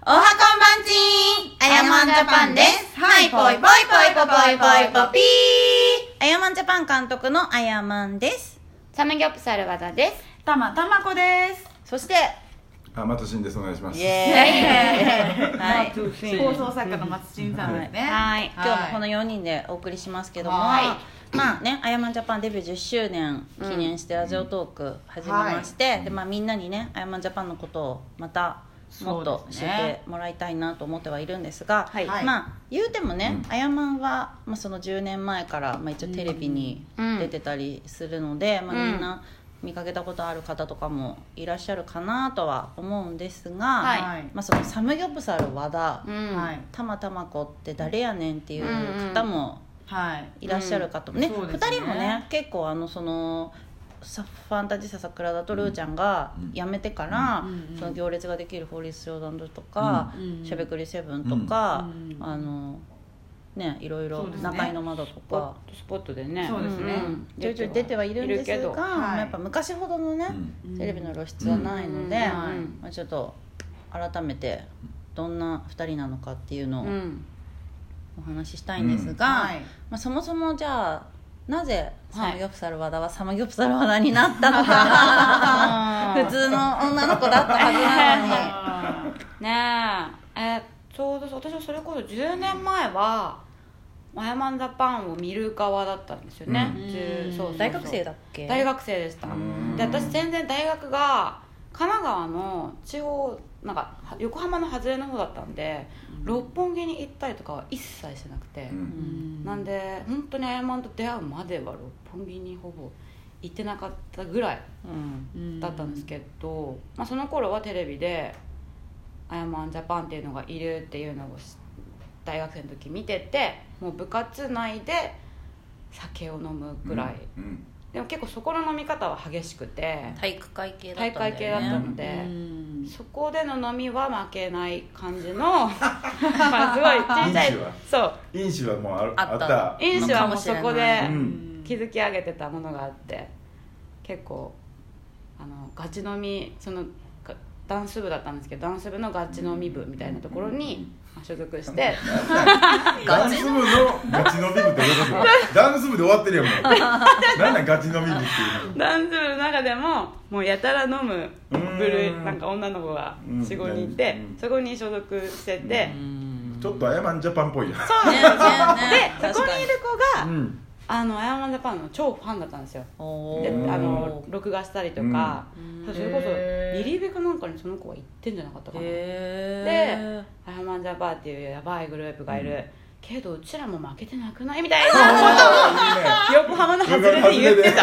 おはこんばんちーあやまんジャパンです。はい、ぽいぽいぽいぽいぽいぽいぽぴー。あやまんジャパン監督のあやまんです。 サムギョプサル和田です。 たまこです。 そして松新です。お願いします。 イエーイはい、 放送作家の松新さんですね。 はい、今日もこの4人でお送りしますけども、まあね、あやまんジャパンデビュー10周年記念してラジオトーク始めまして、で、まあ、みんなにねあやまんジャパンのことをまたもっと知ってもらいたいなと思ってはいるんですが、まあ言うてもね、あやまんは、まあ、その10年前から、まあ、一応テレビに出てたりするので、まあ、みんな見かけたことある方とかもいらっしゃるかなとは思うんですが、まあ、そのサムギョプサル和田、たまたまこって誰やねんっていう方もいらっしゃるかとね、2人もね結構そのファンタジスタ桜田とルーちゃんが辞めてから、その行列ができる法律相談所とか、しゃべくり7とか、ね、いろいろ中井の窓とかスポットでね、 ちょいちょい出てはいるんですが、やっぱ昔ほどのねテレビの露出はないので、ちょっと改めてどんな2人なのかっていうのをお話ししたいんですが、まあ、そもそもじゃあなぜサムギョプサル和田はサムギョプサル和田になったのか普通の女の子だったはずなのにねえ、ちょうど私はそれこそ10年前はあやまんジャパンを見る側だったんですよね、 大学生だっけ？ 大学生でした。で、私全然大学が神奈川の地方なんか横浜の外れの方だったんで、六本木に行ったりとかは一切してなくて、なんで本当にあやまんと出会うまでは六本木にほぼ行ってなかったぐらいだったんですけど、まあ、その頃はテレビであやまんジャパンっていうのがいるっていうのを大学生の時見てて、もう部活内で酒を飲むぐらい、でも結構そこの飲み方は激しくて体育会系だったので、そこでの飲みは負けない感じのまあすごい小さい飲酒はもうあった飲酒はもうそこで築き上げてたものがあって、結構ガチ飲み、そのダンス部だったんですけど、ダンス部のガチ飲み部みたいなところに所属してダンス部のガチ飲み部ってどういうこと？ダンス部で終わってるやんもうなんだガチ飲み部っていうの？ ダンス部の中でももうやたら飲む部類なんか女の子が 4,5 人いて、そこに所属してて、 ちょっとあやまんジャパンっぽいやん。 そうなんですよ。でそこにいる子があやまんジャパンの超ファンだったんですよ。で録画したりとか、それこそリリベかなんかにその子は行ってんじゃなかったかな。であやまんジャパンっていうやばいグループがいる、けどうちらも負けてなくないみたいなことを横浜の外れで言ってた。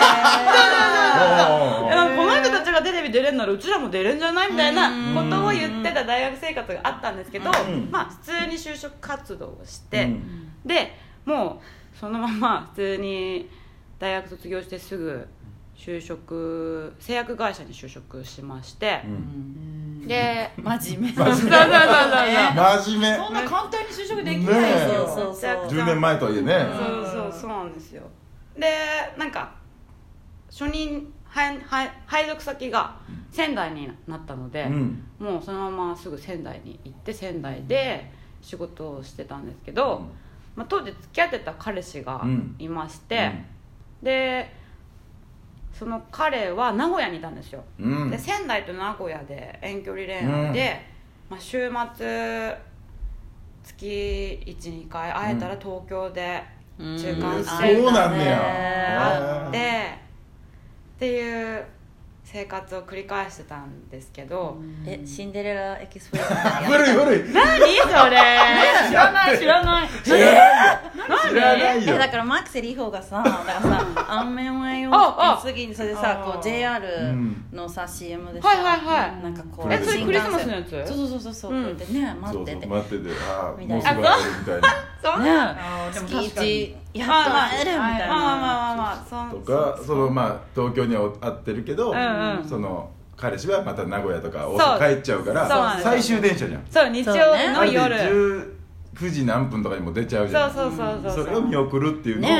この人たちがテレビ出れんならうちらも出れんじゃないみたいなことを言ってた大学生活があったんですけど、まあ普通に就職活動をして、でもうそのまま普通に大学卒業してすぐ製薬会社に就職しまして、で真面目真面目そんな簡単に就職できないですよ。 10年前とはいえね。 そうなんですよ。でなんか初任配属先が仙台になったので、もうそのまますぐ仙台に行って仙台で仕事をしてたんですけど、まあ、当時付き合ってた彼氏がいまして、でその彼は名古屋にいたんですよ、で仙台と名古屋で遠距離恋愛で、まあ、週末月 1,2 回会えたら東京で中間してそうなんねや会ってっていう生活を繰り返してたんですけど、 シンデレラエキスプレス古い何それ知らないよ。だからマキセリーホーがさ、だからさアンメンワイよ次にそれでさ、こう JR のさ CM でさ、なんかこうそれクリスマスのやつ？ そうこうやってね待っててもうすぐ会えるみたいな。 そう月1やっと会えるみたいなとか、そのまあ東京には会ってるけど、その彼氏はまた名古屋とか大阪帰っちゃうから最終電車じゃん。 そう、日曜の夜 9時何分とかにも出ちゃうじゃん。 そうそれを見送るっていうのを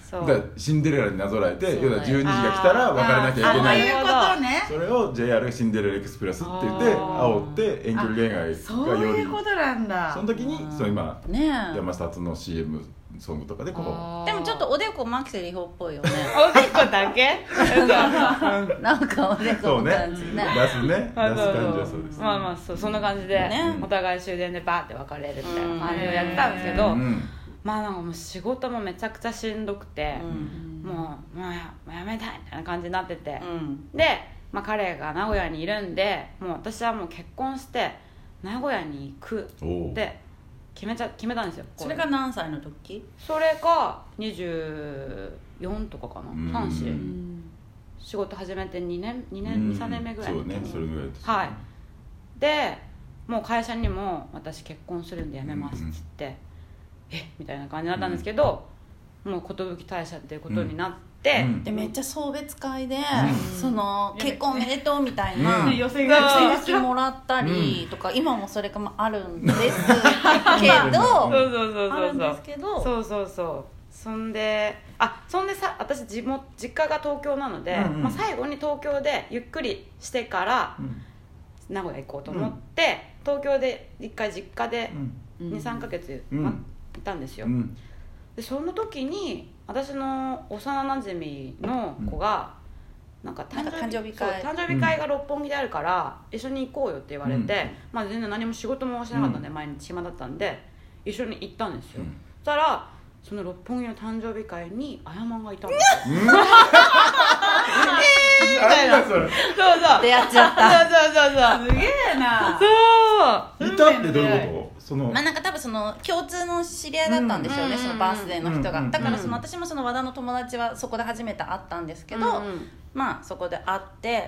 だからシンデレラになぞらえて、要は12時が来たら別れなきゃいけない、 そういうことね。 それを JR がシンデレラエクスプレスって言って煽って遠距離恋愛がより、 そういうことなんだ。 その時に今ね山下達の CM ソングとかでこうでもちょっとおでこマキセリホっぽいよねおでこだけなんかおでこの感じね出す感じはそうです、 まあまあそんな感じで、お互い終電でバーって別れるみたいな感じをやってたんですけど、まあなんかもう仕事もめちゃくちゃしんどくて、もうやめたいみたいな感じになってて、で、まあ、彼が名古屋にいるんで、もう私はもう結婚して名古屋に行くって決めたんですよ。 それが何歳の時？ それが24とかかな、34仕事始めて2年3年目ぐらいそうね、それぐらいです、 はい。でもう会社にも私結婚するんで辞めますって言って、みたいな感じになったんですけど、もう寿退社っていうことになって、 でめっちゃ送別会で、その結婚おめでとうみたいな寄せ書きもらったりとか、今もそれがあるんですけどあるんですけど、 そんでさ、私実家が東京なので、まあ、最後に東京でゆっくりしてから名古屋行こうと思って、東京で一回実家で 2,3 ヶ月いたんですよ。でその時に私の幼なじみの子がなんか誕生日会が六本木であるから一緒に行こうよって言われて、まあ、全然何も仕事もしてなかったんで、毎日暇だったんで一緒に行ったんですよ。そしたらその六本木の誕生日会にあやまんがいたんですよ。みたいな。そう出会っちゃった。 すげえな。 そういたってどういうこと？ まあなんか多分その共通の知り合いだったんでしょうね、そのバースデーの人が。だから私もその和田の友達はそこで初めて会ったんですけど、まあそこで会って、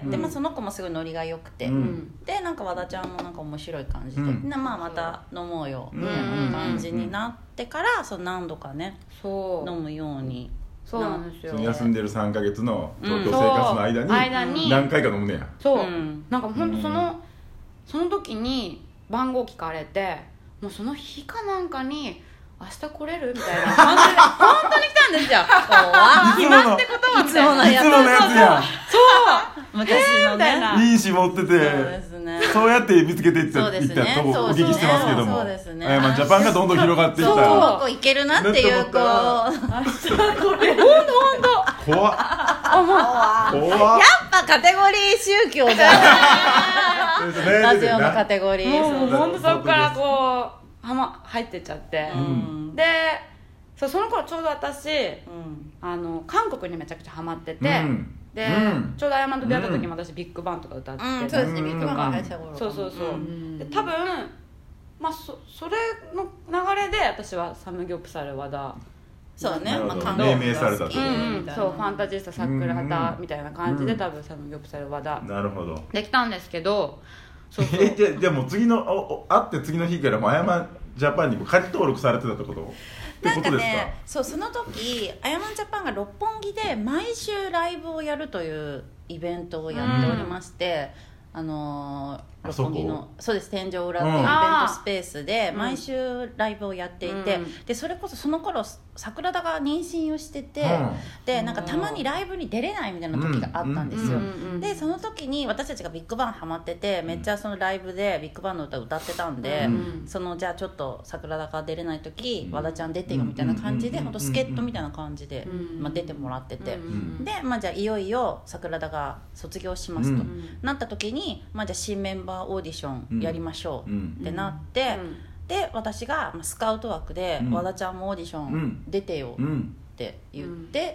でまあその子もすごいノリが良くて、でなんか和田ちゃんもなんか面白い感じで、まあまた飲もうよみたいな感じになってから、その何度かね飲むように。 そうなんですよ。 休んでる3ヶ月の東京生活の間に何回か飲むねや。 そう、なんか本当その時に番号聞かれて、もうその日かなんかに明日来れるみたいな感じで本当に来たんですよ。暇ってことはみたいな。 いつものやつやん。 そう昔のね、 いいし持ってて、そうやって見つけていったとお聞きしてますけども、あやまんジャパンがどんどん広がっていったら、 そういけるなっていうこう、 明日これ本当怖っ。 やっぱカテゴリー宗教だよ。ラジオのカテゴリー。 もう本当そこからこう入ってっちゃって、でその頃ちょうど私、韓国にめちゃくちゃハマってて、でちょうどあやまんと出会った時も私ビッグバンとか歌ってて、 そうですね、ビッグバンがそうで多分まあそれの流れで私はサムギョプサル和田、 そうね、 命名されたと。 そうファンタジスタ桜畑みたいな感じで多分サムギョプサル和田なるほどできたんですけど、 じゃあもう次の会って次の日からもあやまんジャパンに仮登録されてたってことってなんかことですか？ ね、その時あやまんジャパンが六本木で毎週ライブをやるというイベントをやっておりまして、六本木のそうです、天井裏っていうイベントスペースで毎週ライブをやっていて、でそれこそその頃桜田が妊娠をしてて、でなんかたまにライブに出れないみたいな時があったんですよ。でその時に私たちがビッグバンハマってて、めっちゃそのライブでビッグバンの歌を歌ってたんで、じゃあちょっと桜田が出れない時、和田ちゃん出てよみたいな感じで、本当助っ人みたいな感じで、出てもらってて、でじゃあいよいよ桜田が卒業しますとなった時に、じゃあ新メンバーオーディションやりましょうってなって、で私がスカウト枠で和田ちゃんもオーディション出てよって言って、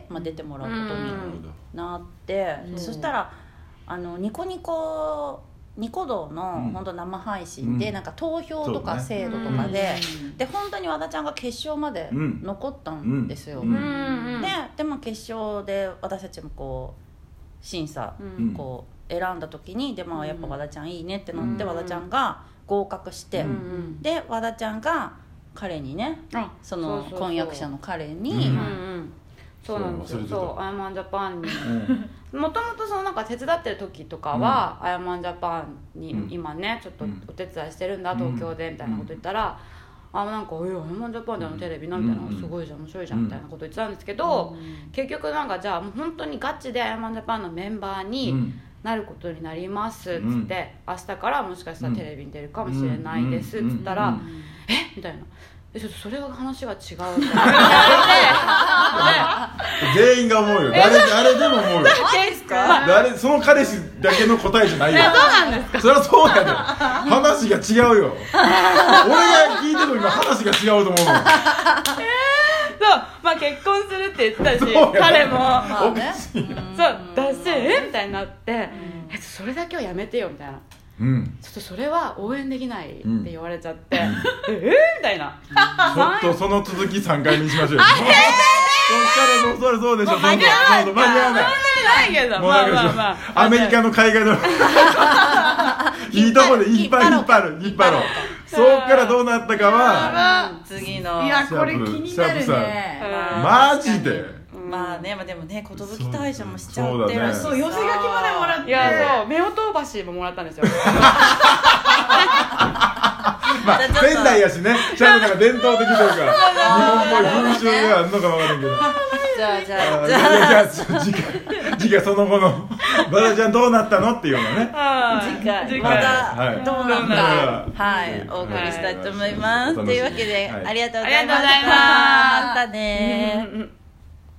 出てもらうことになって、そしたらニコ動の本当生配信でなんか投票とか制度とかで本当に和田ちゃんが決勝まで残ったんですよ。でも決勝で私たちもこう審査こう選んだ時に、でやっぱ和田ちゃんいいねってなって、和田ちゃんが合格して、で和田ちゃんが彼にね、その婚約者の彼に、 そうなんですよ、あやまんジャパンにもともとそのなんか手伝ってる時とかは、あやまんジャパンに今ねちょっとお手伝いしてるんだ東京でみたいなこと言ったら、 なんか「アヤマンジャパンでテレビな」みたいな「すごいじゃん面白いじゃん」みたいなこと言ってたんですけど、結局なんかじゃあもう本当にガチでアヤマンジャパンのメンバーになることになりますっつって、明日からもしかしたらテレビに出るかもしれないですっつったら「えみたいな。ちょっとそれは話が違うって言って全員が思うよ。誰でも思うよ。その彼氏だけの答えじゃないよ。 そうなんですか。 そりゃそうやで。話が違うよ。俺が聞いてるの今話が違うと思うもん。 そう、まあ結婚するって言ってたし、彼もおかしいな。 そうだしみたいになってそれだけはやめてよみたいな。ちょっとそれは応援できないって言われちゃってみたいな。 ちょっとその続き3回にしましょうよ。そっからもうそうでしょ。間に合わない。 そんなにないけど、まあアメリカの海外のいいとこで引っ張ろう。そっからどうなったかは次の。 いやこれ気になるね。 マジで。 まあね、でもね、寿退社もしちゃってるし、 そう寄せ書きまでもらって、 いやそう夫婦橋ももらったんですよ。 まあ仙台やしね、ちゃんとなんか伝統的というか日本っぽい風習があるのかもわからんけど。 じゃあ次回その後のバラちゃんどうなったのっていうのね。 次回またどうなったかお送りしたいと思います。というわけでありがとうございました。またね。